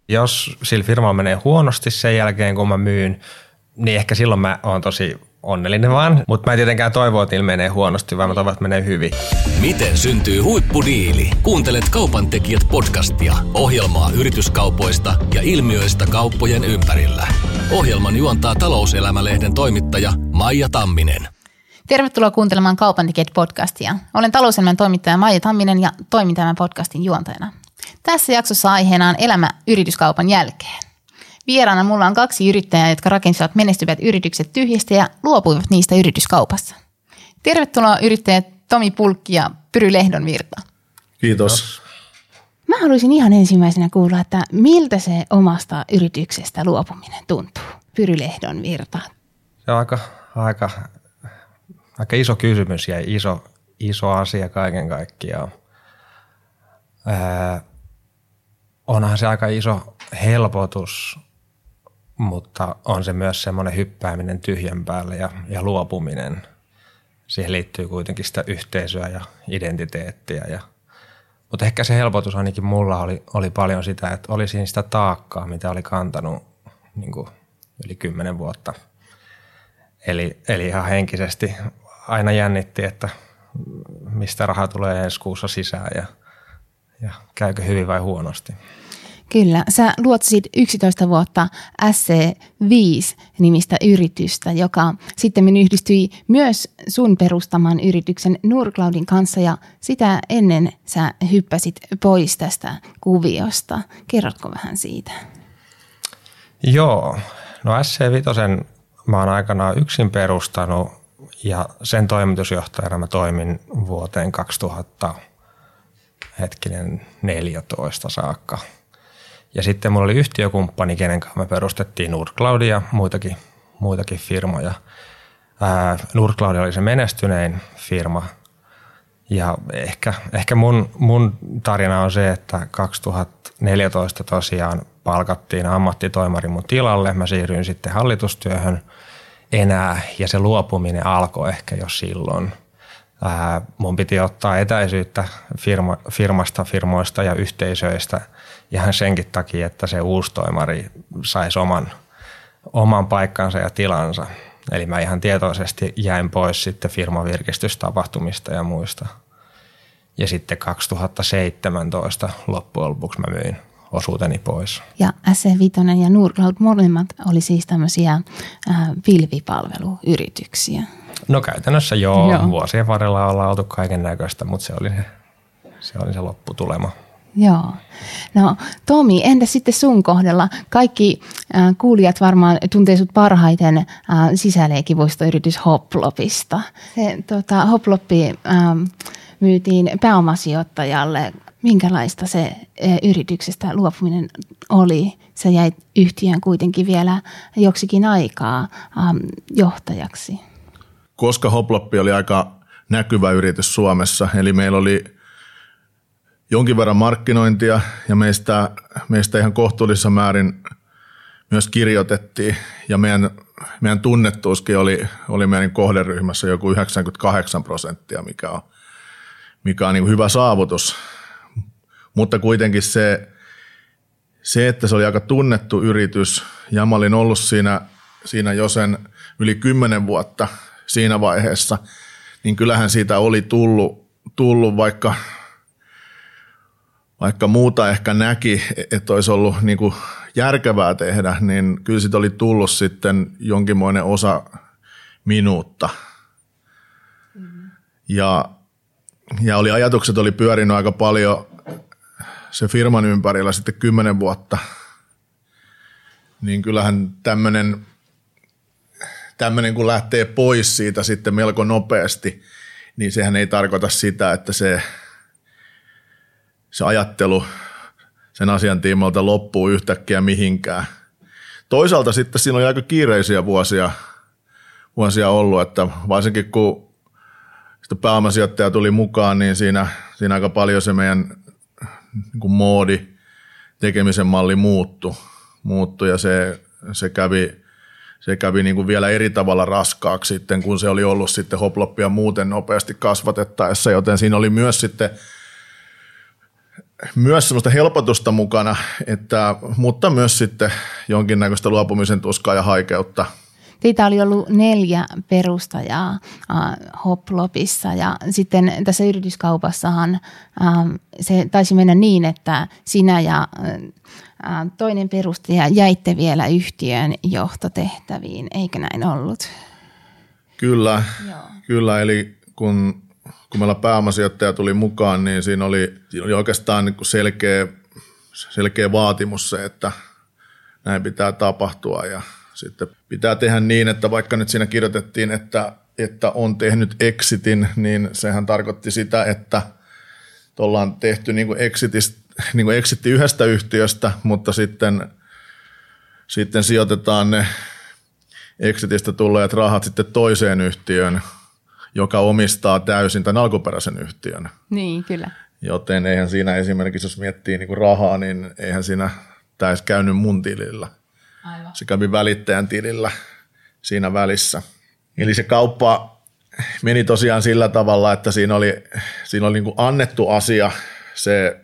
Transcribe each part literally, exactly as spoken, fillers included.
Jos sillä firmalla menee huonosti sen jälkeen, kun mä myyn, niin ehkä silloin mä oon tosi onnellinen vaan. Mutta mä en tietenkään toivo, että niillä menee huonosti, vaan mä toivon, että menee hyvin. Miten syntyy huippudiili? Kuuntelet Kaupantekijät podcastia. Ohjelmaa yrityskaupoista ja ilmiöistä kauppojen ympärillä. Ohjelman juontaa Talouselämä-lehden toimittaja Maija Tamminen. Tervetuloa kuuntelemaan Kaupantekijät podcastia. Olen Talouselämän toimittaja Maija Tamminen ja toimin tämän podcastin juontajana. Tässä jaksossa aiheena on elämä yrityskaupan jälkeen. Vieraana mulla on kaksi yrittäjää, jotka rakensivat menestyvät yritykset tyhjistä ja luopuivat niistä yrityskaupassa. Tervetuloa yrittäjät Tomi Pulkki ja Pyry Lehdonvirta. Kiitos. Mä haluaisin ihan ensimmäisenä kuulla, että miltä se omasta yrityksestä luopuminen tuntuu? Pyry Lehdonvirta. Se on aika, aika, aika iso kysymys ja iso, iso asia kaiken kaikkiaan. Ää, onhan se aika iso helpotus, mutta on se myös semmoinen hyppääminen tyhjän päälle ja, ja luopuminen. Siihen liittyy kuitenkin sitä yhteisöä ja identiteettiä. Ja, mutta ehkä se helpotus ainakin mulla oli, oli paljon sitä, että oli siinä sitä taakkaa, mitä oli kantanut niin kuin yli kymmenen vuotta. Eli, eli ihan henkisesti aina jännitti, että mistä raha tulee ensi kuussa sisään ja, ja käykö hyvin vai huonosti. Kyllä. Sä luotsit yksitoista vuotta S C viisi-nimistä yritystä, joka sitten yhdistyi myös sun perustaman yrityksen Nordcloudin kanssa ja sitä ennen sä hyppäsit pois tästä kuviosta. Kerrotko vähän siitä? Joo. No S C viisi mä oon aikanaan yksin perustanut ja sen toimitusjohtajana mä toimin vuoteen kaksituhatta hetkinen neljätoista saakka. Ja sitten mulla oli yhtiökumppani, kenen kanssa me perustettiin Nordcloud ja muitakin, muitakin firmoja. Ää, Nordcloud oli se menestynein firma. Ja ehkä, ehkä mun, mun tarina on se, että kaksituhattaneljätoista tosiaan palkattiin ammattitoimari mun tilalle. Mä siirryin sitten hallitustyöhön enää ja se luopuminen alkoi ehkä jo silloin. Ää, mun piti ottaa etäisyyttä firma, firmasta, firmoista ja yhteisöistä ihan senkin takia, että se uusi toimari saisi oman, oman paikkansa ja tilansa. Eli mä ihan tietoisesti jäin pois sitten firman virkistystapahtumista ja muista. Ja sitten kaksituhattaseitsemäntoista loppujen lopuksi mä myin osuuteni pois. Ja S C viisi ja Nordcloud molemmat oli siis tämmöisiä äh, pilvipalveluyrityksiä. No käytännössä joo. joo. Vuosien varrella ollaan oltu kaiken näköistä, mutta se oli se, se, oli se lopputulema. Joo. No Tomi, entä sitten sun kohdalla? Kaikki äh, kuulijat varmaan tuntee sut parhaiten äh, sisäleikivuistoyritys Hoplopista. Se, tota, Hoploppi ähm, myytiin pääomasijoittajalle. Minkälaista se äh, yrityksestä luopuminen oli? Sä jäit yhtiön kuitenkin vielä joksikin aikaa ähm, johtajaksi. Koska Hoploppi oli aika näkyvä yritys Suomessa, eli meillä oli jonkin verran markkinointia ja meistä, meistä ihan kohtuullisessa määrin myös kirjoitettiin ja meidän, meidän tunnettuuskin oli, oli meidän kohderyhmässä joku yhdeksänkymmentäkahdeksan prosenttia, mikä on, mikä on niin kuin hyvä saavutus, mutta kuitenkin se, se, että se oli aika tunnettu yritys ja mä olin ollut siinä, siinä jo sen yli kymmenen vuotta siinä vaiheessa, niin kyllähän siitä oli tullut, tullut vaikka Vaikka muuta ehkä näki, että olisi ollut niin kuin järkevää tehdä, niin kyllä siitä oli tullut sitten jonkinmoinen osa minuutta. Mm-hmm. Ja, ja oli, ajatukset oli pyörinyt aika paljon se firman ympärillä sitten kymmenen vuotta. Niin kyllähän tämmöinen, tämmöinen kun lähtee pois siitä sitten melko nopeasti, niin sehän ei tarkoita sitä, että se se ajattelu sen asian tiimoilta loppuu yhtäkkiä mihinkään. Toisaalta sitten siinä oli aika kiireisiä vuosia, vuosia ollut, että varsinkin kun pääomasijoittaja tuli mukaan, niin siinä, siinä aika paljon se meidän niin kuin moodi, tekemisen malli muuttui, muuttui ja se, se kävi, se kävi niin kuin vielä eri tavalla raskaaksi sitten, kun se oli ollut sitten Hoploppia muuten nopeasti kasvatettaessa, joten siinä oli myös sitten myös sellaista helpotusta mukana, että, mutta myös sitten jonkinnäköistä luopumisen tuskaa ja haikeutta. Teitä oli ollut neljä perustajaa äh, Hoplopissa ja sitten tässä yrityskaupassahan äh, se taisi mennä niin, että sinä ja äh, toinen perustaja jäitte vielä yhtiön johtotehtäviin, eikö näin ollut? Kyllä, Joo. kyllä eli kun, kun meillä pääomasijoittaja tuli mukaan, niin siinä oli, siinä oli oikeastaan niin kuin selkeä, selkeä vaatimus se, että näin pitää tapahtua ja sitten pitää tehdä niin, että vaikka nyt siinä kirjoitettiin, että, että on tehnyt exitin, niin sehän tarkoitti sitä, että ollaan tehty niin kuin niin kuin exitti yhdestä yhtiöstä, mutta sitten, sitten sijoitetaan ne exitistä tulleet rahat sitten toiseen yhtiöön, joka omistaa täysin tämän alkuperäisen yhtiön. Niin, kyllä. Joten eihän siinä esimerkiksi, jos miettii niin kuin rahaa, niin eihän siinä tämä edes käynyt mun tilillä. Aivan. Se kävi välittäjän tilillä siinä välissä. Eli se kauppa meni tosiaan sillä tavalla, että siinä oli, siinä oli niin kuin annettu asia se,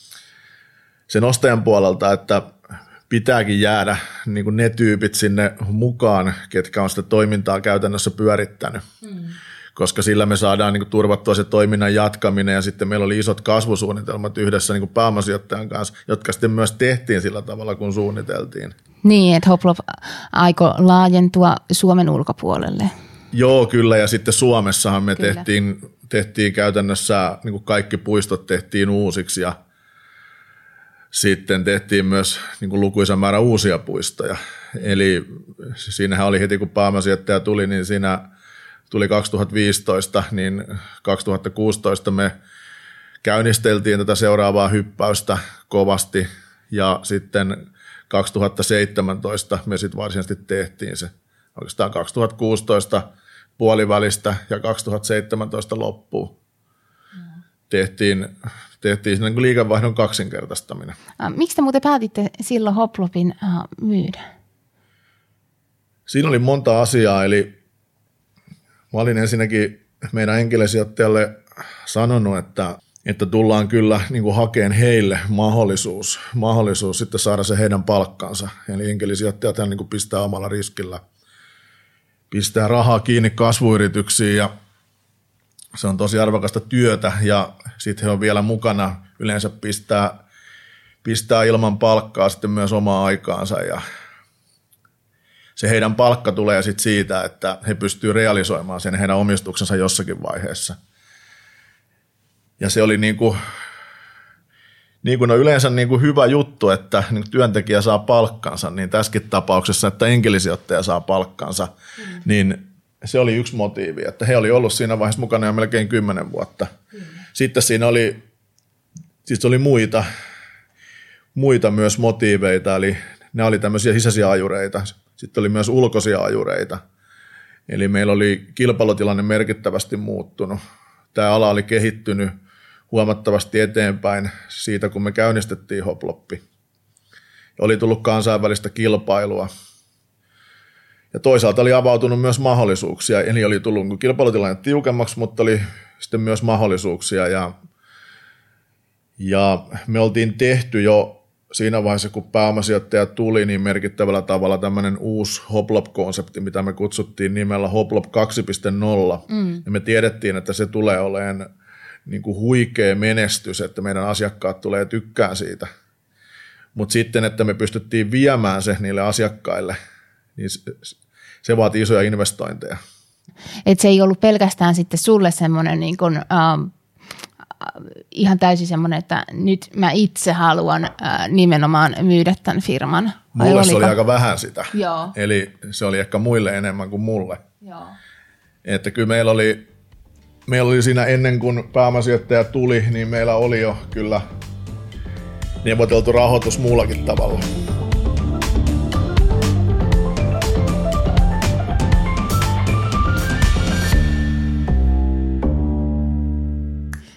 sen ostajan puolelta, että pitääkin jäädä niin kuin ne tyypit sinne mukaan, ketkä on sitä toimintaa käytännössä pyörittänyt. Mm. Koska sillä me saadaan niin kuin turvattua se toiminnan jatkaminen ja sitten meillä oli isot kasvusuunnitelmat yhdessä niin kuin pääomasijoittajan kanssa, jotka sitten myös tehtiin sillä tavalla, kun suunniteltiin. Niin, että Hoplop aikoi laajentua Suomen ulkopuolelle. Joo, kyllä ja sitten Suomessahan me tehtiin, tehtiin käytännössä niin kuin kaikki puistot tehtiin uusiksi ja sitten tehtiin myös niin kuin lukuisa määrä uusia puistoja. Eli siinähän oli heti kun pääomasijoittaja tuli, niin siinä tuli kaksituhattaviisitoista, niin kaksituhattakuusitoista me käynnisteltiin tätä seuraavaa hyppäystä kovasti ja sitten kaksituhattaseitsemäntoista me sitten varsinaisesti tehtiin se. Oikeastaan kaksituhattakuusitoista puolivälistä ja kaksituhattaseitsemäntoista loppuun mm. tehtiin, tehtiin niin kuin liikevaihdon kaksinkertaistaminen. Miksi te muuten päätitte silloin Hoplopin myydä? Siinä oli monta asiaa, eli mä olin ensinnäkin meidän enkelisijoittajalle sanonut, että, että tullaan kyllä niin kuin hakeen heille mahdollisuus, mahdollisuus sitten saada se heidän palkkansa. Eli enkelisijoittajat niin kuin pistää omalla riskillä, pistää rahaa kiinni kasvuyrityksiin ja se on tosi arvokasta työtä ja sitten he on vielä mukana, yleensä pistää, pistää ilman palkkaa sitten myös omaa aikaansa ja se heidän palkka tulee sitten siitä, että he pystyvät realisoimaan sen heidän omistuksensa jossakin vaiheessa. Ja se oli niin kuin, niin kuin on yleensä niin kuin hyvä juttu, että niin kuin työntekijä saa palkkansa, niin tässäkin tapauksessa, että enkelisijoittaja saa palkkansa, mm. niin se oli yksi motiivi, että he oli ollut siinä vaiheessa mukana jo melkein kymmenen vuotta. Mm. Sitten siinä oli, siis oli muita, muita myös motiiveita, eli ne oli tämmöisiä sisäisiä ajureita. Sitten oli myös ulkoisia ajureita. Eli meillä oli kilpailutilanne merkittävästi muuttunut. Tämä ala oli kehittynyt huomattavasti eteenpäin siitä, kun me käynnistettiin Hoploppi. Oli tullut kansainvälistä kilpailua. Ja toisaalta oli avautunut myös mahdollisuuksia. Eli oli tullut kilpailutilanne tiukemmaksi, mutta oli sitten myös mahdollisuuksia. Ja, ja me oltiin tehty jo siinä vaiheessa, kun pääomasijoittaja tuli, niin merkittävällä tavalla tämmöinen uusi Hoplop-konsepti, mitä me kutsuttiin nimellä Hoplop kaksi piste nolla. Mm. Ja me tiedettiin, että se tulee olemaan niin kuin huikea menestys, että meidän asiakkaat tulee tykkään siitä. Mutta sitten, että me pystyttiin viemään se niille asiakkaille, niin se, se vaatii isoja investointeja. Et se ei ollut pelkästään sitten sulle semmoinen niin kuin, um ihan täysin semmoinen, että nyt mä itse haluan äh, nimenomaan myydä tämän firman. Vai mulle oliko? Se oli aika vähän sitä. Joo. Eli se oli ehkä muille enemmän kuin mulle. Joo. Että kyllä meillä oli, meillä oli siinä ennen kuin pääomasijoittaja tuli, niin meillä oli jo kyllä neuvoteltu rahoitus muullakin tavalla.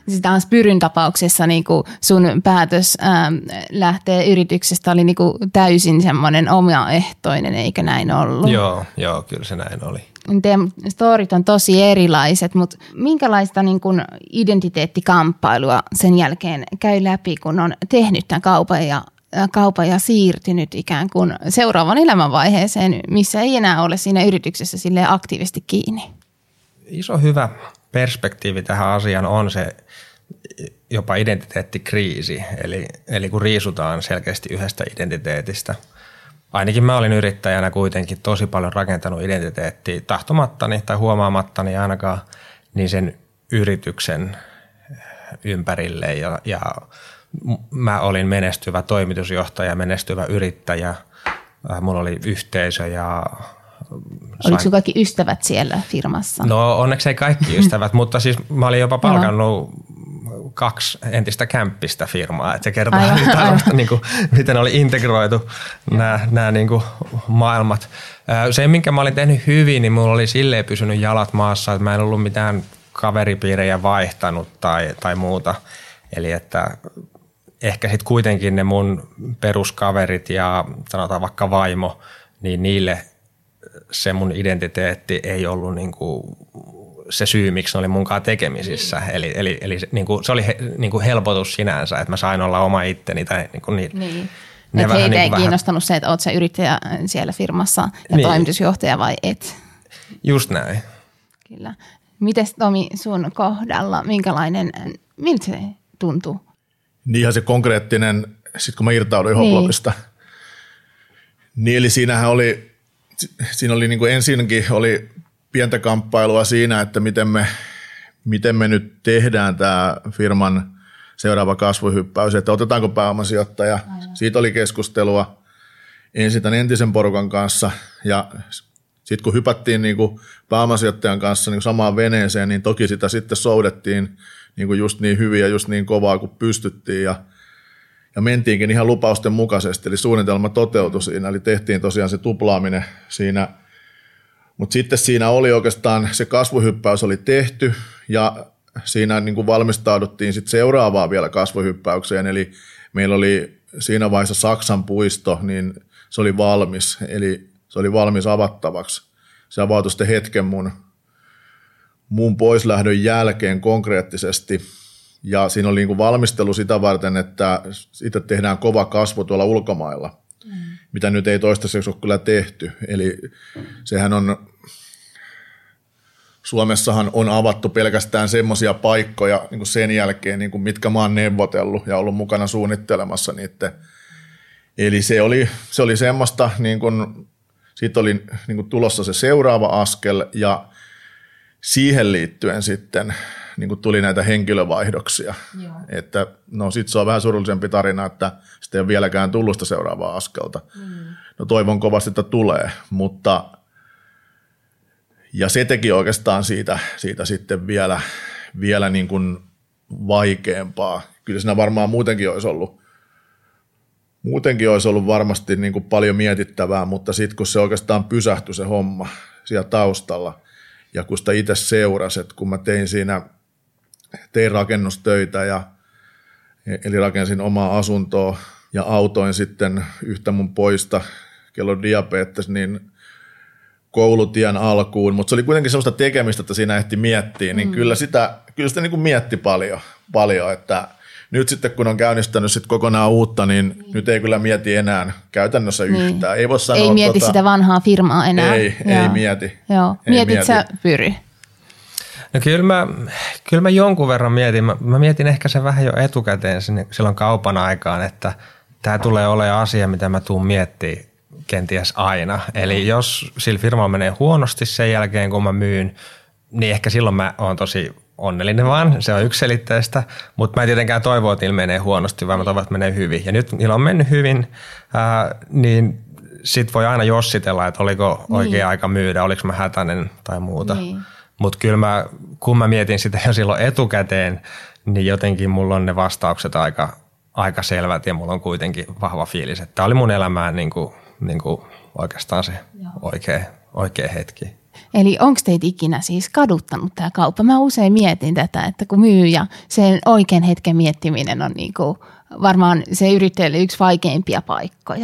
Sitä Spyryn tapauksessa niin kuin sun päätös ähm, lähtee yrityksestä oli niin kuin täysin semmoinen omaehtoinen, eikö näin ollut? Joo, joo, kyllä se näin oli. Teidän storit on tosi erilaiset, mutta minkälaista niin kuin identiteettikamppailua sen jälkeen käy läpi, kun on tehnyt tämän kaupan ja, kaupan ja siirtynyt ikään kuin seuraavan elämänvaiheeseen, missä ei enää ole siinä yrityksessä silleen aktiivisesti kiinni? Iso hyvä perspektiivi tähän asiaan on se jopa identiteettikriisi, eli, eli kun riisutaan selkeästi yhdestä identiteetistä. Ainakin mä olin yrittäjänä kuitenkin tosi paljon rakentanut identiteettiä tahtomattani tai huomaamattani ainakaan niin sen yrityksen ympärille ja, ja mä olin menestyvä toimitusjohtaja, menestyvä yrittäjä, mulla oli yhteisö ja oliko sun kaikki ystävät siellä firmassa? No onneksi ei kaikki ystävät, mutta siis mä olin jopa palkannut kaksi entistä kämppistä firmaa. Että se kertoo aivan, niin kuin, miten oli integroitu nämä, nämä niin kuin maailmat. Se, minkä mä olin tehnyt hyvin, niin mulla oli silleen pysynyt jalat maassa, että mä en ollut mitään kaveripiirejä vaihtanut tai, tai muuta. Eli että ehkä sitten kuitenkin ne mun peruskaverit ja sanotaan vaikka vaimo, niin niille se mun identiteetti ei ollut niinku se syy, miksi ne oli munkaan tekemisissä. Eli, eli, eli niinku, se oli he, niinku helpotus sinänsä, että mä sain olla oma itteni. Tai niinku ni, niin. Ne että heitä niinku ei kiinnostanut vähän se, että oot sä yrittäjä siellä firmassa ja niin. toimitusjohtaja vai et. Just näin. Kyllä. Mites Tomi sun kohdalla, minkälainen, miltä se tuntuu? Niin ihan se konkreettinen, sit kun mä irtauduin niin. Hoplopista, niin eli siinähän oli, siinä oli niin kuin ensinnäkin oli pientä kamppailua siinä, että miten me, miten me nyt tehdään tämä firman seuraava kasvuhyppäys, että otetaanko pääomasijoittaja. Aivan. Siitä oli keskustelua ensin tämän entisen porukan kanssa ja sitten kun hypättiin niin kuin pääomasijoittajan kanssa niin kuin samaan veneeseen, niin toki sitä sitten soudettiin niin kuin just niin hyvin ja just niin kovaa kuin pystyttiin ja Ja mentiinkin ihan lupausten mukaisesti, eli suunnitelma toteutui siinä, eli tehtiin tosiaan se tuplaaminen siinä. Mutta sitten siinä oli oikeastaan, se kasvuhyppäys oli tehty, ja siinä niin kuin valmistauduttiin sitten seuraavaan vielä kasvuhyppäykseen, eli meillä oli siinä vaiheessa Saksan puisto, niin se oli valmis, eli se oli valmis avattavaksi. Se avautui sitten hetken mun, mun poislähdön jälkeen konkreettisesti. Ja siinä oli niin kuin valmistelu sitä varten, että siitä tehdään kova kasvu tuolla ulkomailla, mm. mitä nyt ei toistaiseksi ole kyllä tehty. Eli sehän on, Suomessahan on avattu pelkästään semmoisia paikkoja niin kuin sen jälkeen, niin kuin mitkä mä oon neuvotellut ja ollut mukana suunnittelemassa niitä. Eli se oli, se oli semmoista, niin kuin, siitä oli niin kuin tulossa se seuraava askel ja siihen liittyen sitten niin kuin tuli näitä henkilövaihdoksia. Joo. Että no sit se on vähän surullisempi tarina, että sitten ei ole vieläkään tullut sitä seuraavaa askelta. Mm. No toivon kovasti, että tulee, mutta ja se teki oikeastaan siitä, siitä sitten vielä, vielä niin kuin vaikeampaa. Kyllä siinä varmaan muutenkin olisi ollut, muutenkin olisi ollut varmasti niin kuin paljon mietittävää, mutta sitten kun se oikeastaan pysähtyi se homma siellä taustalla ja kun sitä itse seurasi, että kun mä tein siinä tein rakennustöitä, ja, eli rakensin omaa asuntoa ja autoin sitten yhtä mun poista, kello on diabetes, niin koulutien alkuun, mutta se oli kuitenkin sellaista tekemistä, että siinä ehti miettiä, niin mm. kyllä sitä, kyllä sitä niin kuin mietti paljon, paljon, että nyt sitten kun on käynnistänyt sit kokonaan uutta, niin mm. nyt ei kyllä mieti enää käytännössä niin. yhtään. Ei, voi sanoa, ei mieti tota, sitä vanhaa firmaa enää. Ei, ei mieti. Joo. Ei Mietit mieti. sä, Pyry? No kyllä mä, kyllä mä jonkun verran mietin. Mä, mä mietin ehkä sen vähän jo etukäteen sinne, silloin kaupan aikaan, että tämä tulee olemaan asia, mitä mä tuun miettimään kenties aina. Eli jos sillä firmalla menee huonosti sen jälkeen, kun mä myyn, niin ehkä silloin mä oon tosi onnellinen vaan. Se on yksiselitteistä, mutta mä en tietenkään toivo, että niillä menee huonosti, vaan mä toivon, että menee hyvin. Ja nyt niillä on mennyt hyvin, ää, niin sit voi aina jossitella, että oliko oikea niin. aika myydä, oliko mä hätäinen tai muuta. Niin. Mutta kyllä mä, kun mä mietin sitä jo silloin etukäteen, niin jotenkin mulla on ne vastaukset aika, aika selvät ja mulla on kuitenkin vahva fiilis, että tämä oli mun elämään niin kuin, niin kuin oikeastaan se oikea, oikea hetki. Eli onko teitä ikinä siis kaduttanut tämä kauppa? Mä usein mietin tätä, että kun myy ja sen oikean hetken miettiminen on niinku varmaan se yrittäjälle yksi vaikeimpia paikkoja.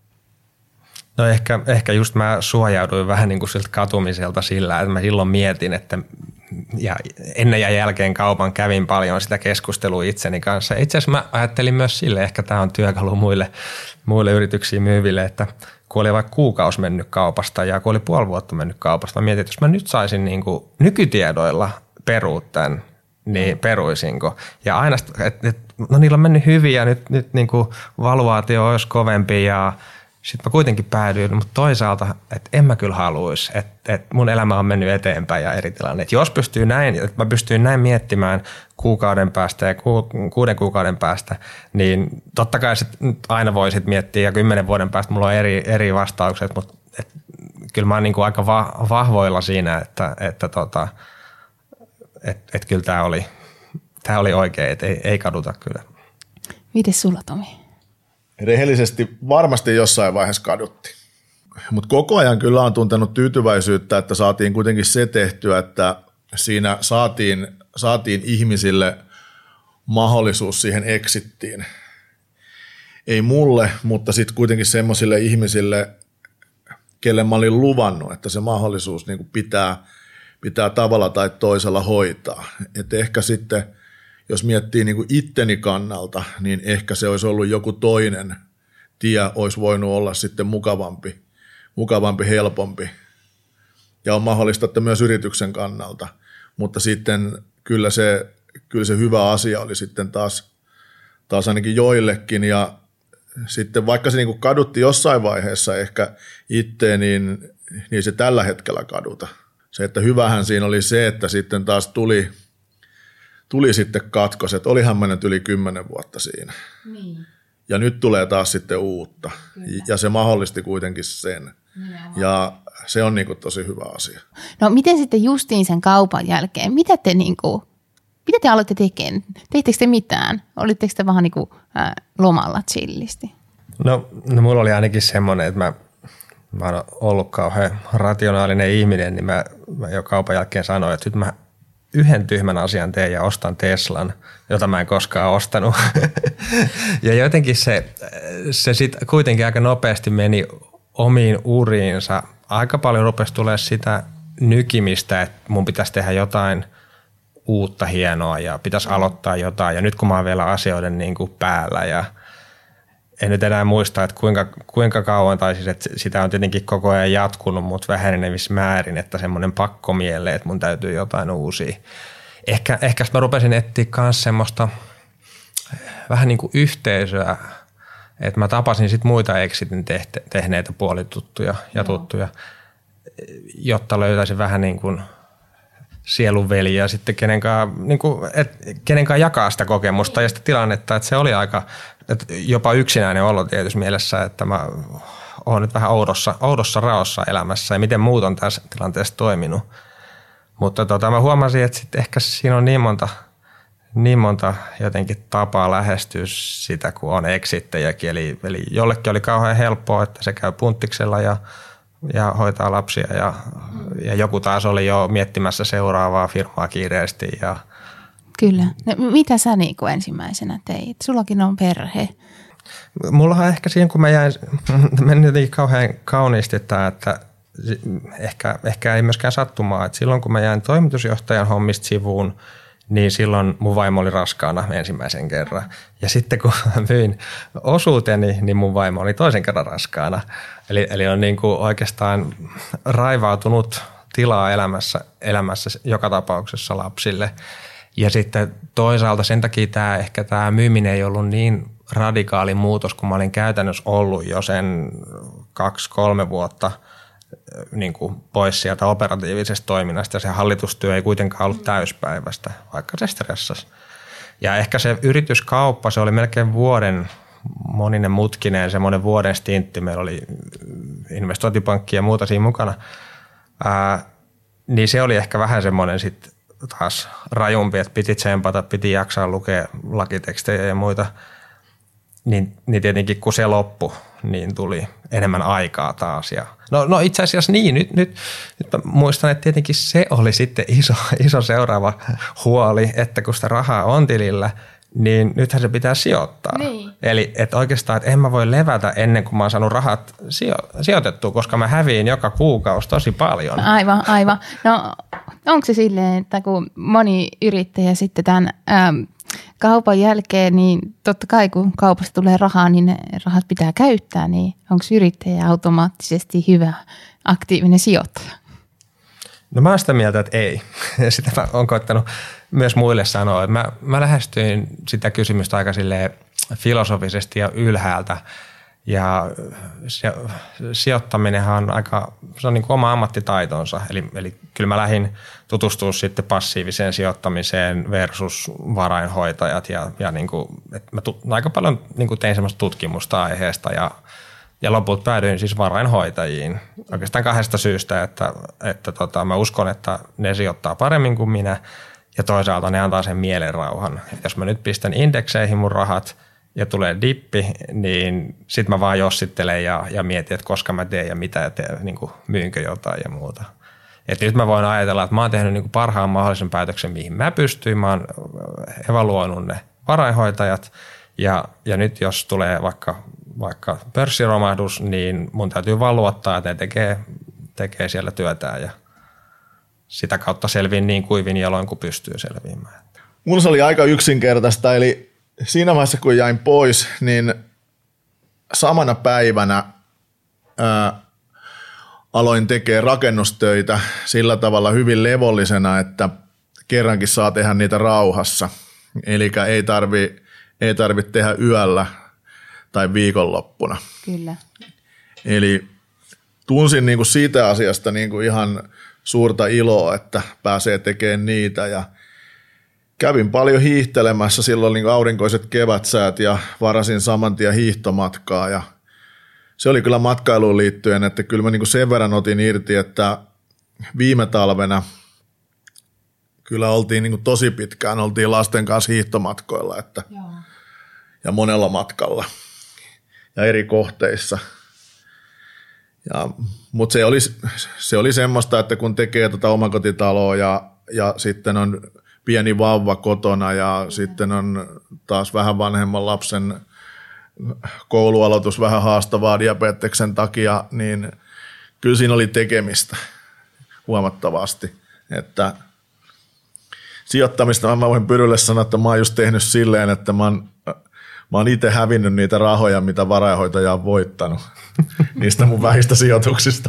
No ehkä, ehkä just mä suojauduin vähän niin kuin siltä katumiselta sillä, että mä silloin mietin, että ja ennen ja jälkeen kaupan kävin paljon sitä keskustelua itseni kanssa. Itse asiassa mä ajattelin myös sille, ehkä tämä on työkalu muille, muille yrityksiin myyville, että kun oli vaikka kuukausi mennyt kaupasta ja kun oli puoli vuotta mennyt kaupasta, mä mietin, että jos mä nyt saisin niin kuin nykytiedoilla perua tämän, niin peruisinko. Ja aina, että et, no niillä on mennyt hyvin ja nyt, nyt niin kuin valuaatio olisi kovempi ja sitten mä kuitenkin päädyin, mutta toisaalta, että en mä kyllä haluaisi, että, että mun elämä on mennyt eteenpäin ja eri tilanne. Että jos pystyy näin, että mä pystyin näin miettimään kuukauden päästä ja ku, kuuden kuukauden päästä, niin totta kai sit aina voi sit miettiä ja kymmenen vuoden päästä mulla on eri, eri vastaukset, mutta et, kyllä mä oon niinku aika va, vahvoilla siinä, että, että tota, et, et kyllä tämä oli, tää oli oikein, että ei, ei kaduta kyllä. Mites sulla, Tomi? Rehellisesti varmasti jossain vaiheessa kadutti. Mutta koko ajan kyllä on tuntenut tyytyväisyyttä, että saatiin kuitenkin se tehtyä, että siinä saatiin, saatiin ihmisille mahdollisuus siihen exittiin. Ei mulle, mutta sitten kuitenkin semmoisille ihmisille, kelle mä olin luvannut, että se mahdollisuus niin kuin pitää, pitää tavalla tai toisella hoitaa. Et ehkä sitten jos miettii niin kuin itteni kannalta, niin ehkä se olisi ollut joku toinen tie, olisi voinut olla sitten mukavampi, mukavampi, helpompi. Ja on mahdollista, että myös yrityksen kannalta. Mutta sitten kyllä se, kyllä se hyvä asia oli sitten taas, taas ainakin joillekin. Ja sitten vaikka se niin kuin kadutti jossain vaiheessa ehkä itteen, niin, niin se tällä hetkellä kaduta. Se, että hyvähän siinä oli se, että sitten taas tuli... Tuli sitten katkos, että olihan mä nyt yli kymmenen vuotta siinä. Niin. Ja nyt tulee taas sitten uutta. Kyllä. Ja se mahdollisti kuitenkin sen. Nimenomaan. Ja se on niin kuin tosi hyvä asia. No miten sitten justiin sen kaupan jälkeen, mitä te, niin kuin, mitä te aloitte tekemään? Teittekö te mitään? Olitteko te vähän niin kuin, äh, lomalla chillisti? No, no mulla oli ainakin semmoinen, että mä, mä oon ollut kauhean rationaalinen ihminen, niin mä, mä jo kaupan jälkeen sanoin, että nyt mä yhden tyhmän asian teen ja ostan Teslan, jota mä en koskaan ostanut. Ja jotenkin se, se sitten kuitenkin aika nopeasti meni omiin uriinsa. Aika paljon rupesi tulemaan sitä nykimistä, että mun pitäisi tehdä jotain uutta hienoa ja pitäisi aloittaa jotain. Ja nyt kun mä oon vielä asioiden niin kuin päällä ja en nyt enää muista, että kuinka, kuinka kauan, tai siis että sitä on tietenkin koko ajan jatkunut, mutta vähenevissä määrin, että semmoinen pakkomielle, että mun täytyy jotain uusia. Ehkä, ehkä mä rupesin etsiä myös semmoista vähän niin kuin yhteisöä, että mä tapasin sit muita exitin tehneitä puolituttuja ja tuttuja, jotta löytäisin vähän niin kuin sielunveliä sitten kenenkaan, niin kuin, et, kenenkaan jakaa sitä kokemusta ja sitä tilannetta, että se oli aika, että jopa yksinäinen olo tietysti mielessä, että mä oon nyt vähän oudossa, oudossa raossa elämässä ja miten muut on tässä tilanteessa toiminut. Mutta tota, mä huomasin, että sit ehkä siinä on niin monta, niin monta jotenkin tapaa lähestyä sitä, kun on exittejäkin. Eli, eli jollekin oli kauhean helppoa, että se käy punttiksella ja ja hoitaa lapsia ja, ja joku taas oli jo miettimässä seuraavaa firmaa kiireesti. Ja kyllä. No, mitä sä niin kuin ensimmäisenä teit? Sullakin on perhe. Mullahan ehkä siinä, kun mä jäin, meni jotenkin kauhean kauniisti tämä, että ehkä, ehkä ei myöskään sattumaa, että silloin kun mä jäin toimitusjohtajan hommista sivuun, niin silloin mun vaimo oli raskaana ensimmäisen kerran. Ja sitten kun myin osuuteni, niin mun vaimo oli toisen kerran raskaana. Eli, eli on niin kuin oikeastaan raivautunut tilaa elämässä, elämässä joka tapauksessa lapsille. Ja sitten toisaalta sen takia tämä, ehkä tämä myyminen ei ollut niin radikaali muutos, kun mä olin käytännössä ollut jo sen kaksi, kolme vuotta niin kuin pois sieltä operatiivisesta toiminnasta ja se hallitustyö ei kuitenkaan ollut täyspäiväistä, vaikka se stressasi. Ja ehkä se yrityskauppa, se oli melkein vuoden moninen mutkinen, semmoinen vuoden stintti, meillä oli investointipankki ja muuta siinä mukana, Ää, niin se oli ehkä vähän semmoinen sitten taas rajumpi, että piti tsempata, piti jaksaa lukea lakitekstejä ja muita, niin, niin tietenkin kun se loppui, niin tuli enemmän aikaa taas. Ja no, no itse asiassa niin, nyt, nyt, nyt mä muistan, että tietenkin se oli sitten iso, iso seuraava huoli, että kun sitä rahaa on tilillä, niin nythän se pitää sijoittaa. Niin. Eli että oikeastaan, että en mä voi levätä ennen kuin mä oon saanut rahat sijo- sijoitettua, koska mä häviin joka kuukausi tosi paljon. Aivan, aivan. No onko se silleen, että kun moni yrittäjä sitten tämän äm, kaupan jälkeen, niin totta kai kun kaupasta tulee rahaa, niin ne rahat pitää käyttää, niin onko yrittäjä automaattisesti hyvä aktiivinen sijoittaja? No mä oon sitä mieltä, että ei. Sitä mä oon koittanut myös muille sanoa. Mä, mä lähestyin sitä kysymystä aika silleen filosofisesti ja ylhäältä. Ja sijoittaminenhan on aika, se on niin kuin oma ammattitaitonsa. Eli, eli kyllä mä lähdin tutustumaan sitten passiiviseen sijoittamiseen versus varainhoitajat. Ja, ja niin kuin, että mä tu, aika paljon niin kuin tein semmoista tutkimusta aiheesta ja Ja lopulta päädyin siis varainhoitajiin oikeastaan kahdesta syystä, että, että tota, mä uskon, että ne sijoittaa paremmin kuin minä ja toisaalta ne antaa sen mielenrauhan. Jos mä nyt pistän indekseihin mun rahat ja tulee dippi, niin sit mä vaan jossittelen ja, ja mietin, että koska mä teen ja mitä ja teen, niin kuin myynkö jotain ja muuta. Et nyt mä voin ajatella, että mä oon tehnyt niin kuin parhaan mahdollisen päätöksen, mihin mä pystyin. Mä oon evaluoinut ne varainhoitajat ja, ja nyt jos tulee vaikka vaikka pörssiromahdus, niin mun täytyy vaan luottaa, että ne tekee, tekee siellä työtään ja sitä kautta selviin niin kuivin jaloin kuin pystyy selviämään. Mun se oli aika yksinkertaista, eli siinä vaiheessa kun jäin pois, niin samana päivänä ää, aloin tekemään rakennustöitä sillä tavalla hyvin levollisena, että kerrankin saa tehdä niitä rauhassa. Eli ei tarvi, ei tarvi tehdä yöllä tai viikonloppuna. Kyllä. Eli tunsin niin kuin siitä asiasta niin kuin ihan suurta iloa, että pääsee tekemään niitä ja kävin paljon hiihtelemässä, silloin niin kuin aurinkoiset kevätsäät ja varasin saman tien hiihtomatkaa ja se oli kyllä matkailuun liittyen, että kyllä mä niin kuin sen verran otin irti, että viime talvena kyllä oltiin niin kuin tosi pitkään, oltiin lasten kanssa hiihtomatkoilla että, ja monella matkalla ja eri kohteissa. Ja, mutta se oli, se oli semmoista, että kun tekee tuota omakotitaloa ja, ja sitten on pieni vauva kotona ja mm. sitten on taas vähän vanhemman lapsen koulualoitus vähän haastavaa diabeteksen takia, niin kyllä siinä oli tekemistä huomattavasti. Että sijoittamista mä voin Pyrylle sanoa, että mä oon just tehnyt silleen, että mä oon Mä oon itse hävinnyt niitä rahoja, mitä varainhoitaja on voittanut niistä mun vähistä sijoituksista.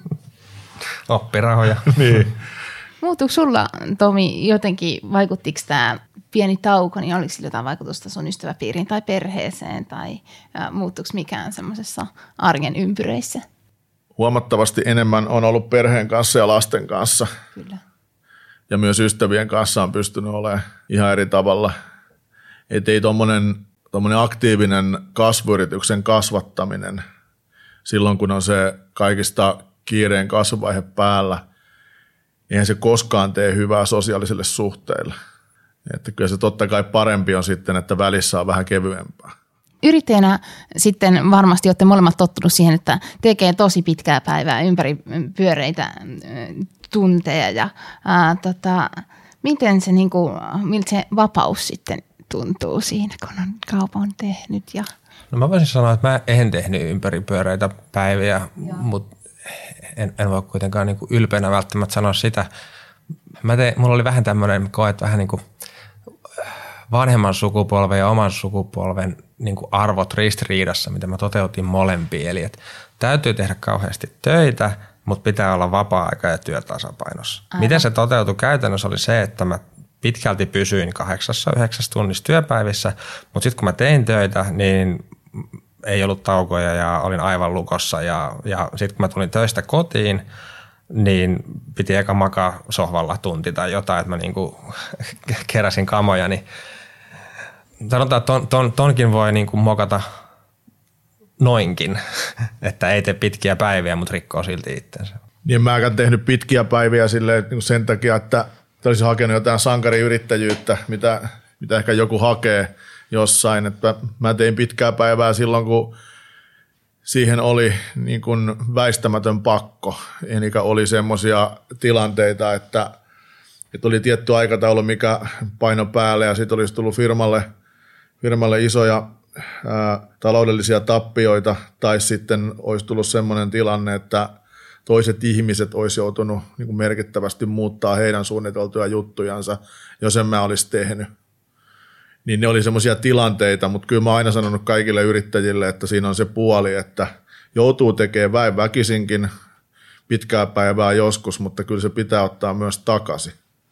Oppirahoja. Niin. Muuttuiko sulla, Tomi, jotenkin, vaikuttiko tämä pieni tauko, niin oliko sillä jotain vaikutusta sun ystäväpiiriin tai perheeseen, tai ä, muuttuiko mikään semmoisessa arjen ympyröissä? Huomattavasti enemmän on ollut perheen kanssa ja lasten kanssa. Kyllä. Ja myös ystävien kanssa on pystynyt olemaan ihan eri tavalla. Että ei tommonen, tommonen aktiivinen kasvuyrityksen kasvattaminen silloin, kun on se kaikista kiireen kasvuvaihe päällä, eihän se koskaan tee hyvää sosiaalisille suhteille. Että kyllä se totta kai parempi on sitten, että välissä on vähän kevyempää. Yrittäjänä sitten varmasti olette molemmat tottunut siihen, että tekee tosi pitkää päivää ympäri pyöreitä tunteja. Ja, ää, tota, miten se, niin kuin, miltä se vapaus sitten tuntuu siinä, kun on kaupan tehnyt? Ja... No mä voisin sanoa, että mä en tehnyt ympäripyöreitä päiviä, mutta en, en voi kuitenkaan niin kuin ylpeänä välttämättä sanoa sitä. Mä tein, mulla oli vähän tämmöinen koe, että vähän niin kuin vanhemman sukupolven ja oman sukupolven niin kuin arvot ristiriidassa, mitä mä toteutin molempia. Eli että täytyy tehdä kauheasti töitä, mutta pitää olla vapaa-aika ja työtasapainossa. Aivan. Miten se toteutui käytännössä oli se, että mä pitkälti pysyin kahdeksassa, yhdeksässä tunnissa työpäivissä, mutta sitten kun mä tein töitä, niin ei ollut taukoja ja olin aivan lukossa. Ja, ja sitten kun mä tulin töistä kotiin, niin piti eka makaa sohvalla tunti tai jotain, että mä niinku keräsin kamoja. Niin sanotaan, että ton, ton, tonkin voi niinku mokata noinkin, että ei tee pitkiä päiviä, mutta rikkoo silti itsensä. Niin mäkään tehnyt pitkiä päiviä silleen, sen takia, että olisi hakenut jotain sankariyrittäjyyttä, mitä, mitä ehkä joku hakee jossain. Että mä tein pitkää päivää silloin, kun siihen oli niin kuin väistämätön pakko. Eli oli semmoisia tilanteita, että, että oli tietty aikataulu, mikä paino päälle ja sitten olisi tullut firmalle, firmalle isoja ää, taloudellisia tappioita tai sitten olisi tullut semmoinen tilanne, että toiset ihmiset olisi joutunut niin kuin merkittävästi muuttaa heidän suunniteltuja juttujansa, jos en mä olisi tehnyt. Niin ne oli semmoisia tilanteita, mutta kyllä mä oon aina sanonut kaikille yrittäjille, että siinä on se puoli, että joutuu tekemään väin väkisinkin pitkää päivää joskus, mutta kyllä se pitää ottaa myös takaisin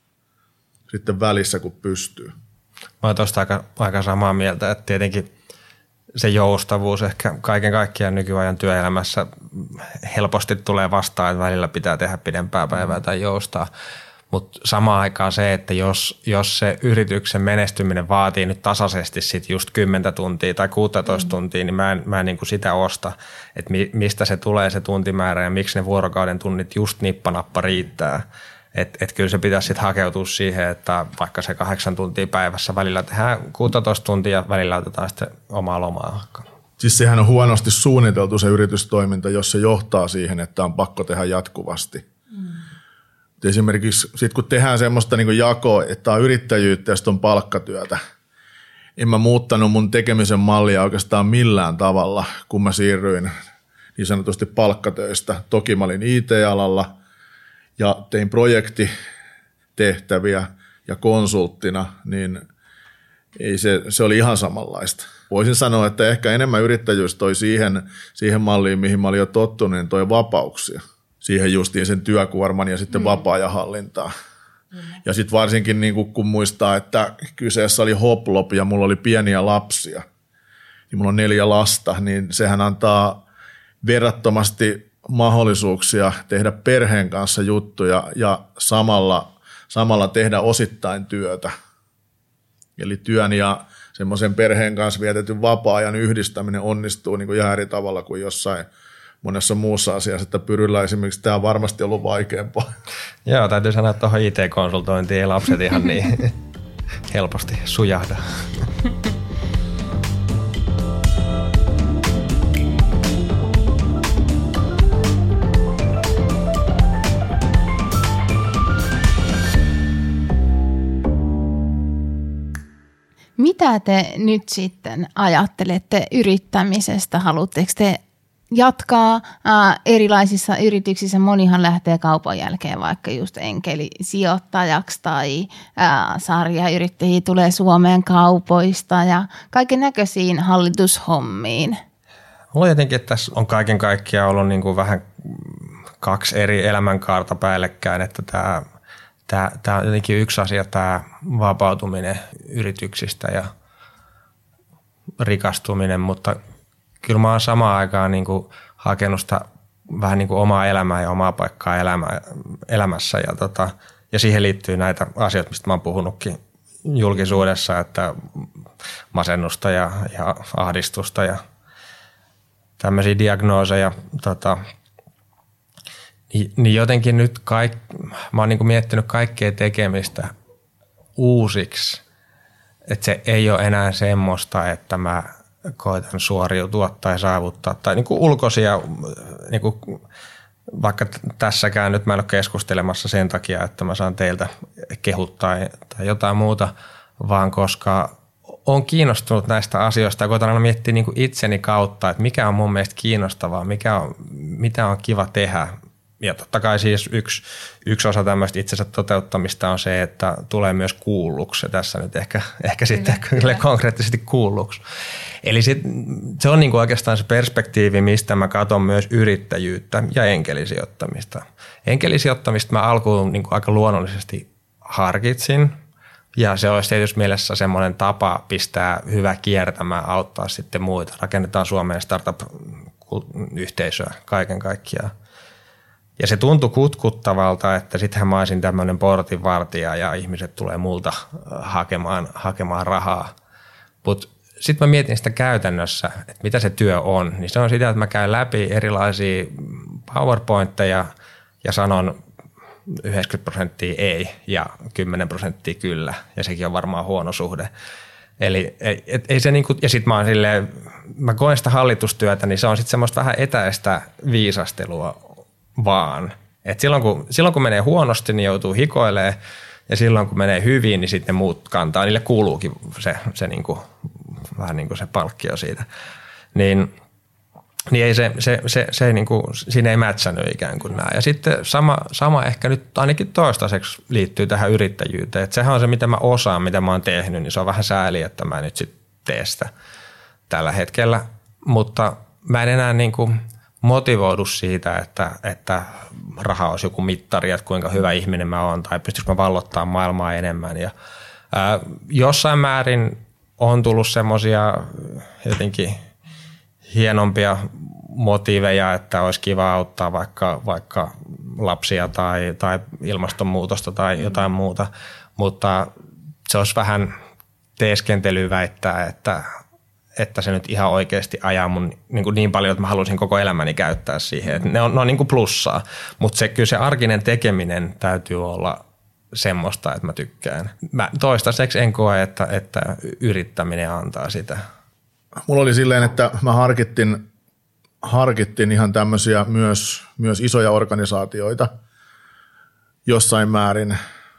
sitten välissä, kun pystyy. Mä oon tuosta aika, aika samaa mieltä, että tietenkin se joustavuus ehkä kaiken kaikkiaan nykyajan työelämässä helposti tulee vastaan, että välillä pitää tehdä pidempää päivää tai joustaa. Mutta samaan aikaan se, että jos, jos se yrityksen menestyminen vaatii nyt tasaisesti sit just kymmentä tuntia tai kuusitoista mm. tuntia, niin mä en, mä en niinku sitä osta, että mi, mistä se tulee se tuntimäärä ja miksi ne vuorokauden tunnit just nippanappa riittää. Että et kyllä se pitäisi sitten hakeutua siihen, että vaikka se kahdeksan tuntia päivässä välillä tehdään kuusitoista tuntia ja välillä otetaan sitten omaa lomaa. Siis sehän on huonosti suunniteltu se yritystoiminta, jos se johtaa siihen, että on pakko tehdä jatkuvasti. Mm. Esimerkiksi sit kun tehdään semmoista niin kuin jakoa, että on yrittäjyyttä ja sitten on palkkatyötä, en mä muuttanut mun tekemisen mallia oikeastaan millään tavalla, kun mä siirryin niin sanotusti palkkatöistä. Toki mä olin I T-alalla ja tein projektitehtäviä ja konsulttina, niin ei se, se oli ihan samanlaista. Voisin sanoa, että ehkä enemmän yrittäjyys toi siihen, siihen malliin, mihin mä olin jo tottunut, niin toi vapauksia. Siihen justiin sen työkuorman ja sitten mm. vapaa-ajan hallintaa. Mm. Ja sitten varsinkin niin kun muistaa, että kyseessä oli hoplop ja mulla oli pieniä lapsia, niin mulla on neljä lasta, niin sehän antaa verrattomasti mahdollisuuksia tehdä perheen kanssa juttuja ja samalla, samalla tehdä osittain työtä. Eli työn ja semmoisen perheen kanssa vietetyn vapaa-ajan yhdistäminen onnistuu niin kuin ihan eri tavalla kuin jossain monessa muussa asiassa, että Pyryllä esimerkiksi tämä on varmasti ollut vaikeampaa. Joo, täytyy sanoa, että tuohon I T-konsultointiin ei lapset ihan niin helposti sujahda. Mitä te nyt sitten ajattelette yrittämisestä? Haluatteko te jatkaa ää, erilaisissa yrityksissä? Monihan lähtee kaupan jälkeen vaikka just enkelisijoittajaksi tai ää, sarjayrittäjiä tulee Suomeen kaupoista ja kaiken näköisiin hallitushommiin. Mulla jotenkin, että tässä on kaiken kaikkiaan ollut niin kuin vähän kaksi eri elämänkaarta päällekkäin, että tämä Tämä, tämä on jotenkin yksi asia, tämä vapautuminen yrityksistä ja rikastuminen, mutta kyllä mä oon samaan aikaan niin kuin hakenut sitä vähän niin kuin omaa elämää ja omaa paikkaa elämä, elämässä. Ja, tota, ja siihen liittyy näitä asioita, mistä mä oon puhunutkin julkisuudessa, että masennusta ja, ja ahdistusta ja tämmöisiä diagnooseja. Tota, Niin jotenkin nyt kaik, mä oon niin kuin miettinyt kaikkea tekemistä uusiksi, että se ei ole enää semmoista, että mä koitan suoriutua tai saavuttaa tai niin kuin ulkoisia, niin kuin, vaikka tässäkään nyt mä en ole keskustelemassa sen takia, että mä saan teiltä kehuttaa tai jotain muuta, vaan koska olen kiinnostunut näistä asioista ja koitan aina miettiä niin kuin itseni kautta, että mikä on mun mielestä kiinnostavaa, mikä on, mitä on kiva tehdä. Ja totta kai siis yksi, yksi osa tämmöistä itsensä toteuttamista on se, että tulee myös kuulluksi. Ja tässä nyt ehkä, ehkä sitten kyllä konkreettisesti kuulluksi. Eli sit, se on niinku oikeastaan se perspektiivi, mistä mä katson myös yrittäjyyttä ja enkelisijoittamista. Enkelisijoittamista mä alkuun niinku aika luonnollisesti harkitsin. Ja se olisi tietysti mielessä semmoinen tapa pistää hyvä kiertämään, auttaa sitten muita. Rakennetaan Suomeen startup-yhteisöä kaiken kaikkiaan. Ja se tuntui kutkuttavalta, että sittenhän mä olisin tämmöinen portinvartija ja ihmiset tulee multa hakemaan, hakemaan rahaa. Mutta sitten mä mietin sitä käytännössä, että mitä se työ on. Niin se on sitä, että mä käyn läpi erilaisia PowerPointteja ja sanon yhdeksänkymmentä prosenttia ei ja kymmenen prosenttia kyllä. Ja sekin on varmaan huono suhde. Eli et, ei se niinku, ja sitten mä oon silleen, mä koen sitä hallitustyötä, niin se on sitten semmoista vähän etäistä viisastelua vaan. Et silloin, kun, silloin kun menee huonosti, niin joutuu hikoilemaan, ja silloin kun menee hyvin, niin sitten muut kantaa. Niille kuuluukin se, se niinku, vähän niin kuin se palkkio siitä. Niin, niin ei se, se, se, se niin kuin, siinä ei mätsännyt ikään kuin nämä. Ja sitten sama, sama ehkä nyt ainakin toistaiseksi liittyy tähän yrittäjyyteen. Että sehän on se, mitä mä osaan, mitä mä oon tehnyt, niin se on vähän sääli, että mä nyt sitten teen sitä tällä hetkellä. Mutta mä en enää niin kuin motivoidu siitä, että, että raha olisi joku mittari, että kuinka hyvä ihminen mä oon tai pystyisikö mä vallottamaan maailmaa enemmän. Ja, ää, jossain määrin on tullut semmoisia jotenkin hienompia motiiveja, että olisi kiva auttaa vaikka, vaikka lapsia tai, tai ilmastonmuutosta tai jotain muuta, mutta se olisi vähän teeskentelyä väittää, että, että se nyt ihan oikeasti ajaa mun niin, kuin niin paljon, että mä haluaisin koko elämäni käyttää siihen. Että ne on, ne on niin kuin plussaa, mutta se, kyllä se arkinen tekeminen täytyy olla semmoista, että mä tykkään. Mä toistaiseksi en koe, että, että yrittäminen antaa sitä. Mulla oli silleen, että mä harkittin, harkittin ihan tämmöisiä myös, myös isoja organisaatioita jossain määrin.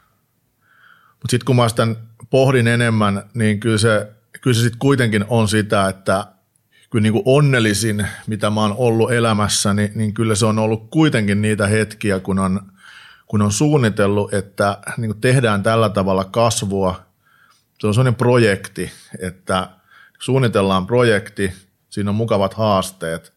Mutta sitten kun mä sitä pohdin enemmän, niin kyllä se, kyllä se sitten kuitenkin on sitä, että kyllä niin kuin onnellisin, mitä mä oon ollut elämässäni, niin kyllä se on ollut kuitenkin niitä hetkiä, kun on, kun on suunnitellut, että niin kuin tehdään tällä tavalla kasvua. Se on sellainen projekti, että suunnitellaan projekti, siinä on mukavat haasteet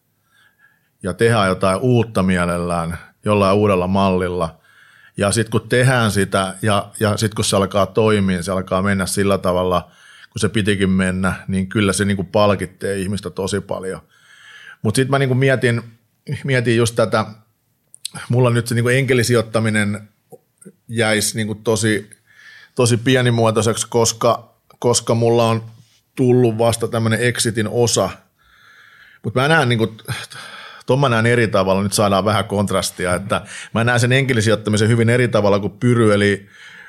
ja tehdään jotain uutta mielellään jollain uudella mallilla. Ja sitten kun tehdään sitä ja, ja sitten kun se alkaa toimia, se alkaa mennä sillä tavalla, kun se pitikin mennä, niin kyllä se niinku palkittee ihmistä tosi paljon. Mutta sitten mä niinku mietin, mietin just tätä, mulla nyt se niinku enkelisijoittaminen jäisi niinku tosi, tosi pienimuotoiseksi, koska, koska mulla on tullut vasta tämmöinen exitin osa, mutta mä näen niinku, tuon mä näen eri tavalla, nyt saadaan vähän kontrastia, että mä näen sen enkelisijoittamisen hyvin eri tavalla kuin Pyry, eli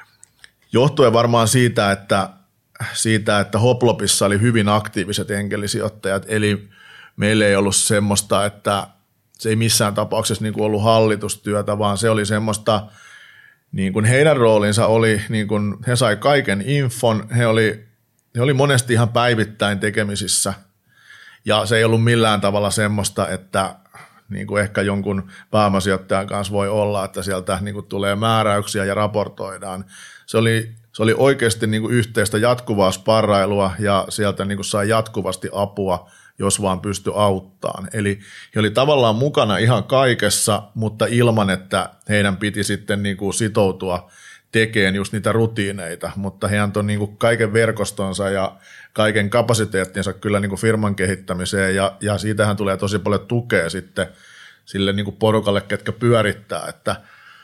johtuen varmaan siitä, että, siitä, että Hoplopissa oli hyvin aktiiviset enkelisijoittajat, eli meillä ei ollut semmoista, että se ei missään tapauksessa niinku ollut hallitustyötä, vaan se oli semmoista, niin kuin heidän roolinsa oli, niin kuin he sai kaiken infon, he oli Ne oli monesti ihan päivittäin tekemisissä ja se ei ollut millään tavalla semmoista, että niin kuin ehkä jonkun pääomasijoittajan kanssa voi olla, että sieltä niin kuin tulee määräyksiä ja raportoidaan. Se oli, se oli oikeasti niin kuin yhteistä jatkuvaa sparrailua ja sieltä niin kuin sai jatkuvasti apua, jos vaan pystyi auttamaan. Eli he oli tavallaan mukana ihan kaikessa, mutta ilman, että heidän piti sitten niin kuin sitoutua tekemään just niitä rutiineita, mutta he antoi niin kuin kaiken verkostonsa ja kaiken kapasiteettinsa kyllä niin kuin firman kehittämiseen ja, ja siitähän tulee tosi paljon tukea sitten sille niin kuin porukalle, ketkä pyörittää, että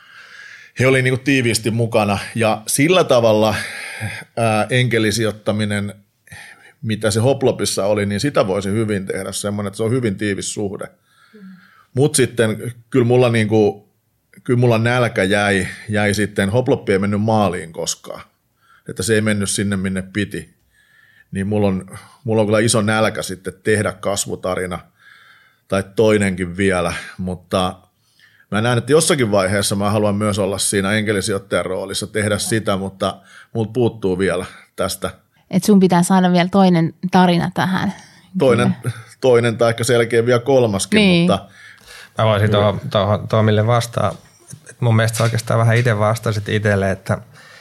he oli niin kuin tiiviisti mukana ja sillä tavalla ää, enkelisijoittaminen, mitä se Hoplopissa oli, niin sitä voisi hyvin tehdä semmoinen, että se on hyvin tiivis suhde. Mm. Mutta sitten kyllä mulla niin kuin Kyllä mulla nälkä jäi, jäi sitten, Hoploppi ei mennyt maaliin koskaan, että se ei mennyt sinne minne piti, niin mulla on, mulla on kyllä iso nälkä sitten tehdä kasvutarina tai toinenkin vielä, mutta mä näen, että jossakin vaiheessa mä haluan myös olla siinä enkelisijoittajan roolissa, tehdä sitä, mutta multa puuttuu vielä tästä. Et sun pitää saada vielä toinen tarina tähän. Toinen, toinen tai ehkä selkeä vielä kolmaskin, niin. Mutta mä voisin tuohon, tuohon Tomille vastaa. Mun mielestä sä oikeastaan vähän itse vastasit itselle, että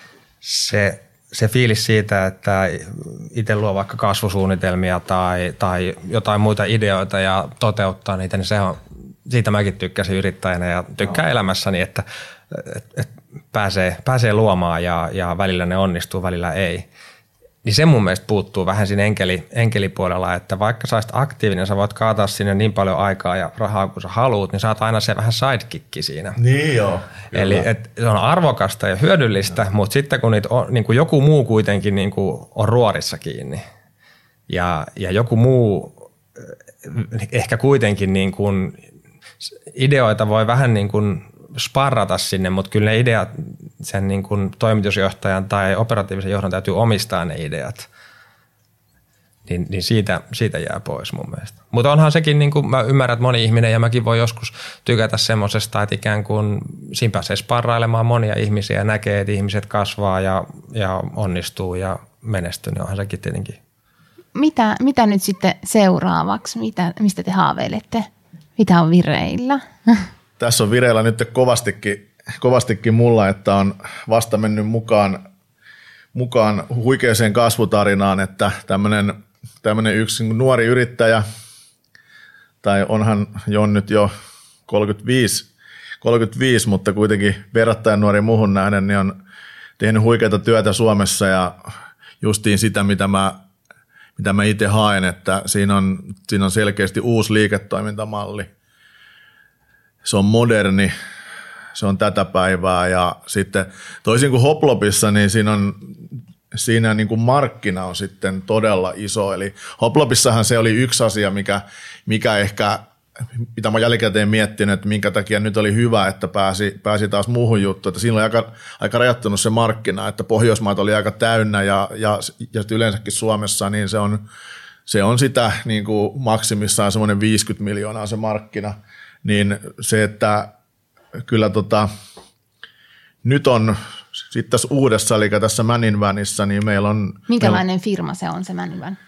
se, se fiilis siitä, että itse luo vaikka kasvusuunnitelmia tai, tai jotain muita ideoita ja toteuttaa niitä, niin se on, siitä mäkin tykkäsin yrittäjänä ja tykkään no. elämässäni, että, että, että pääsee, pääsee luomaan ja, ja välillä ne onnistuu, välillä ei. Niin se mun mielestä puuttuu vähän siinä enkeli, enkelipuolella, että vaikka sä olisit aktiivinen, sä voit kaataa sinne niin paljon aikaa ja rahaa kuin sä haluut, niin sä oot aina se vähän sidekick siinä. Niin joo. Eli et, se on arvokasta ja hyödyllistä, no. mutta sitten kun, niitä on, niin kuin joku muu kuitenkin niin kuin on ruorissa kiinni ja, ja joku muu ehkä kuitenkin niin kuin, ideoita voi vähän niin kuin sparrata sinne, mutta kyllä ne ideat, sen niin kuin toimitusjohtajan tai operatiivisen johdon täytyy omistaa ne ideat. niin, niin siitä, siitä jää pois mun mielestä. Mutta onhan sekin, niin kuin mä ymmärrän, että moni ihminen, ja mäkin voi joskus tykätä semmoisesta, että ikään kuin siinä pääsee sparrailemaan monia ihmisiä ja näkee, että ihmiset kasvaa ja, ja onnistuu ja menestyy, niin onhan sekin tietenkin. Mitä, mitä nyt sitten seuraavaksi? Mitä, mistä te haaveilette? Mitä on vireillä? Tässä on vireillä nyt kovastikin, kovastikin mulla, että on vasta mennyt mukaan, mukaan huikeeseen kasvutarinaan, että tämmöinen, tämmöinen yksi nuori yrittäjä, tai onhan jo nyt jo kolmekymmentäviisi, kolmekymmentäviisi, mutta kuitenkin verrattain nuori muuhun nähden, niin on tehnyt huikeata työtä Suomessa ja justiin sitä, mitä mä, mitä mä itse haen, että siinä on, siinä on selkeästi uusi liiketoimintamalli. Se on moderni, se on tätä päivää ja sitten toisin kuin Hoplopissa, niin siinä on siinä niin kuin markkina on sitten todella iso. Eli Hoplopissahan se oli yksi asia, mikä, mikä ehkä, mitä mä jälkikäteen miettinyt, että minkä takia nyt oli hyvä, että pääsi, pääsi taas muuhun juttuun. Että siinä oli aika, aika rajattunut se markkina, että Pohjoismaat oli aika täynnä ja, ja, ja yleensäkin Suomessa, niin se on, se on sitä niin kuin maksimissaan semmoinen viisikymmentä miljoonaa se markkina. Niin se, että kyllä tota, nyt on sitten tässä uudessa, eli tässä Maninvanissä, niin meillä on... Minkälainen meillä, firma se on se Maninvan?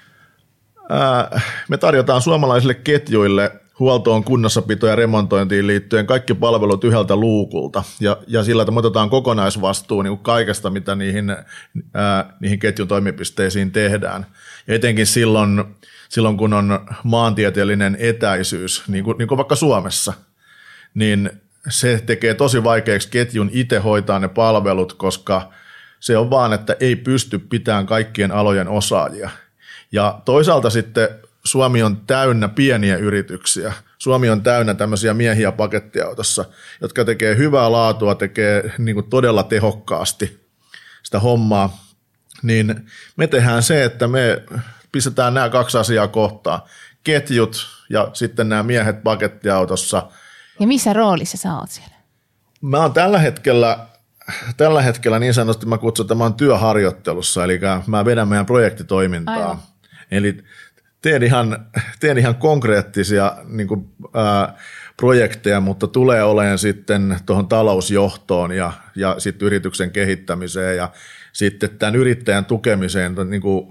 Ää, me tarjotaan suomalaisille ketjuille huoltoon, kunnossapito ja remontointiin liittyen kaikki palvelut yhdeltä luukulta. Ja, ja sillä, että me otetaan kokonaisvastuu niin kuin kaikesta, mitä niihin, ää, niihin ketjun toimipisteisiin tehdään. Ja etenkin silloin, silloin, kun on maantieteellinen etäisyys, niin kuin, niin kuin vaikka Suomessa, niin se tekee tosi vaikeaksi ketjun itse hoitaa ne palvelut, koska se on vaan, että ei pysty pitämään kaikkien alojen osaajia. Ja toisaalta sitten Suomi on täynnä pieniä yrityksiä. Suomi on täynnä tämmöisiä miehiä pakettiautossa, jotka tekee hyvää laatua, tekee niin kuin todella tehokkaasti sitä hommaa. Niin me tehdään se, että me pistetään nämä kaksi asiaa kohtaan. Ketjut ja sitten nämä miehet pakettiautossa. Ja missä roolissa sä oot siellä? Mä oon tällä hetkellä, tällä hetkellä niin sanotusti mä kutsun, että mä oon työharjoittelussa, eli mä vedän meidän projektitoimintaa. Aivan. Eli teen ihan, teen ihan konkreettisia niin kuin, ää, projekteja, mutta tulee olemaan sitten tuohon talousjohtoon ja, ja sitten yrityksen kehittämiseen ja sitten tämän yrittäjän tukemiseen, niin kuin,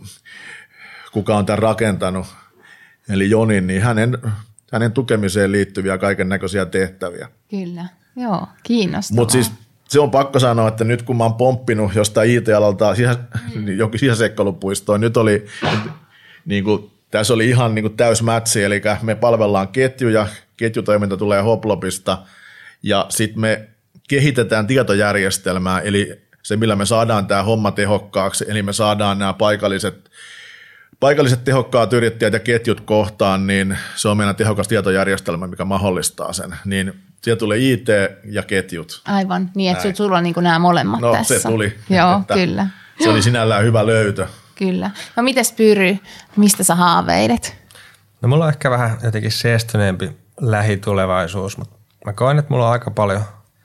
kuka on tämän rakentanut, eli Joni, niin hänen... hänen tukemiseen liittyviä kaiken näköisiä tehtäviä. Kyllä, joo, kiinnostavaa. Mutta siis se on pakko sanoa, että nyt kun mä oon pomppinut jostain I T-alalta sisä, mm. jonkin sisäseikkailupuistoon, nyt oli, niin kuin, tässä oli ihan niin kuin täys mätsi, eli me palvellaan ketjuja, ketjutoiminta tulee Hoplopista, ja sitten me kehitetään tietojärjestelmää, eli se millä me saadaan tämä homma tehokkaaksi, eli me saadaan nämä paikalliset Paikalliset tehokkaat yrittäjät ja ketjut kohtaan, niin se on meidän tehokas tietojärjestelmä, mikä mahdollistaa sen. Niin siellä tulee I T ja ketjut. Aivan, niin että sulla on niin kuin nämä molemmat no, tässä. No se tuli. Joo, kyllä. Se oli sinällään hyvä löytö. Kyllä. No mites Pyry, mistä sä haaveilet? No mulla on ehkä vähän jotenkin seestyneempi lähitulevaisuus, mutta mä koen, että mulla on aika paljon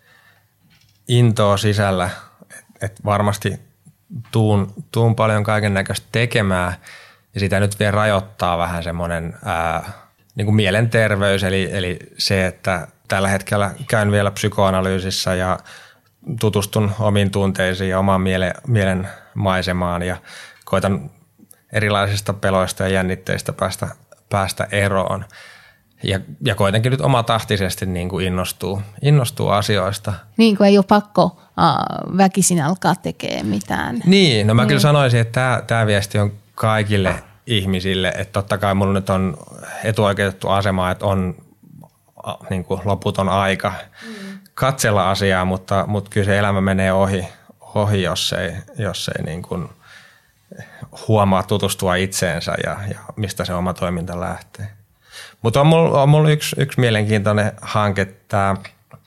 intoa sisällä, että et varmasti tuun, tuun paljon kaiken näköistä tekemään. Ja sitä nyt vielä rajoittaa vähän semmoinen ää, niin kuin mielenterveys, eli, eli se, että tällä hetkellä käyn vielä psykoanalyysissä ja tutustun omiin tunteisiin ja omaan mielen, mielen maisemaan ja koitan erilaisista peloista ja jännitteistä päästä, päästä eroon. Ja, ja koitankin nyt omatahtisesti niin kuin innostuu, innostuu asioista. Niin kuin ei ole pakko äh, väkisin alkaa tekemään mitään. Niin, no mä niin. kyllä sanoisin, että tämä, tämä viesti on kaikille ihmisille, että totta kai mulla nyt on etuoikeutettu asema, että on niin kuin loputon aika mm. katsella asiaa, mutta, mutta kyllä se elämä menee ohi, ohi jos ei, jos ei niin kuin huomaa tutustua itseensä ja, ja mistä se oma toiminta lähtee. Mutta on mulla, on mulla yksi, yksi mielenkiintoinen hanke, tämä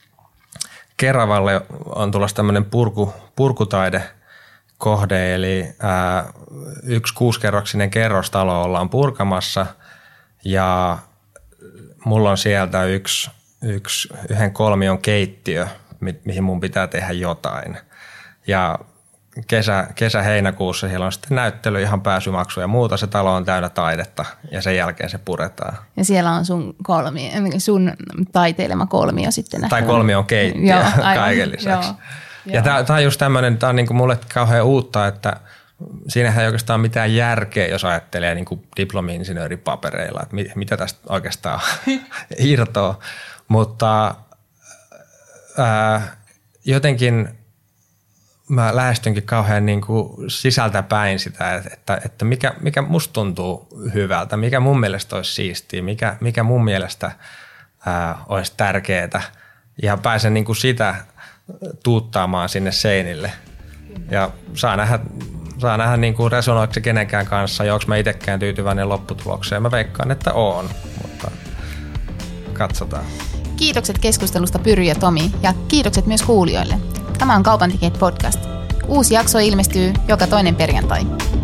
Keravalle on tulossa tämmöinen purku, purkutaide, kohde, eli ää, yksi kuusikerroksinen kerrostalo ollaan purkamassa ja mulla on sieltä yksi, yksi yhden kolmion keittiö, mi- mihin mun pitää tehdä jotain. Ja kesä, kesä-heinäkuussa siellä on sitten näyttely, ihan pääsymaksu ja muuta. Se talo on täynnä taidetta ja sen jälkeen se puretaan. Ja siellä on sun, kolmi, sun taiteilema kolmio sitten. Tai kolmio on keittiö kaiken lisäksi. Joo, ja tämä on just tämmöinen, tämä on niinku mulle kauhean uutta, että siinähän ei oikeastaan mitään järkeä, jos ajattelee niinku diplomi-insinööripapereilla, että mit, mitä tästä oikeastaan irtoaa. Mutta ää, jotenkin mä lähestynkin kauhean niin kuin sisältäpäin sitä, että, että mikä, mikä musta tuntuu hyvältä, mikä mun mielestä olisi siistiä, mikä, mikä mun mielestä ää, olisi tärkeää. Ja pääsen niin kuin sitä tuuttaamaan sinne seinille. Ja saa nähdä, saa nähdä niin kuin resonoiko se kenenkään kanssa ja onko mä itsekään tyytyväinen lopputulokseen. Mä veikkaan, että oon, mutta katsotaan. Kiitokset keskustelusta Pyry ja Tomi ja kiitokset myös kuulijoille. Tämä on Kaupantekijät podcast. Uusi jakso ilmestyy joka toinen perjantai.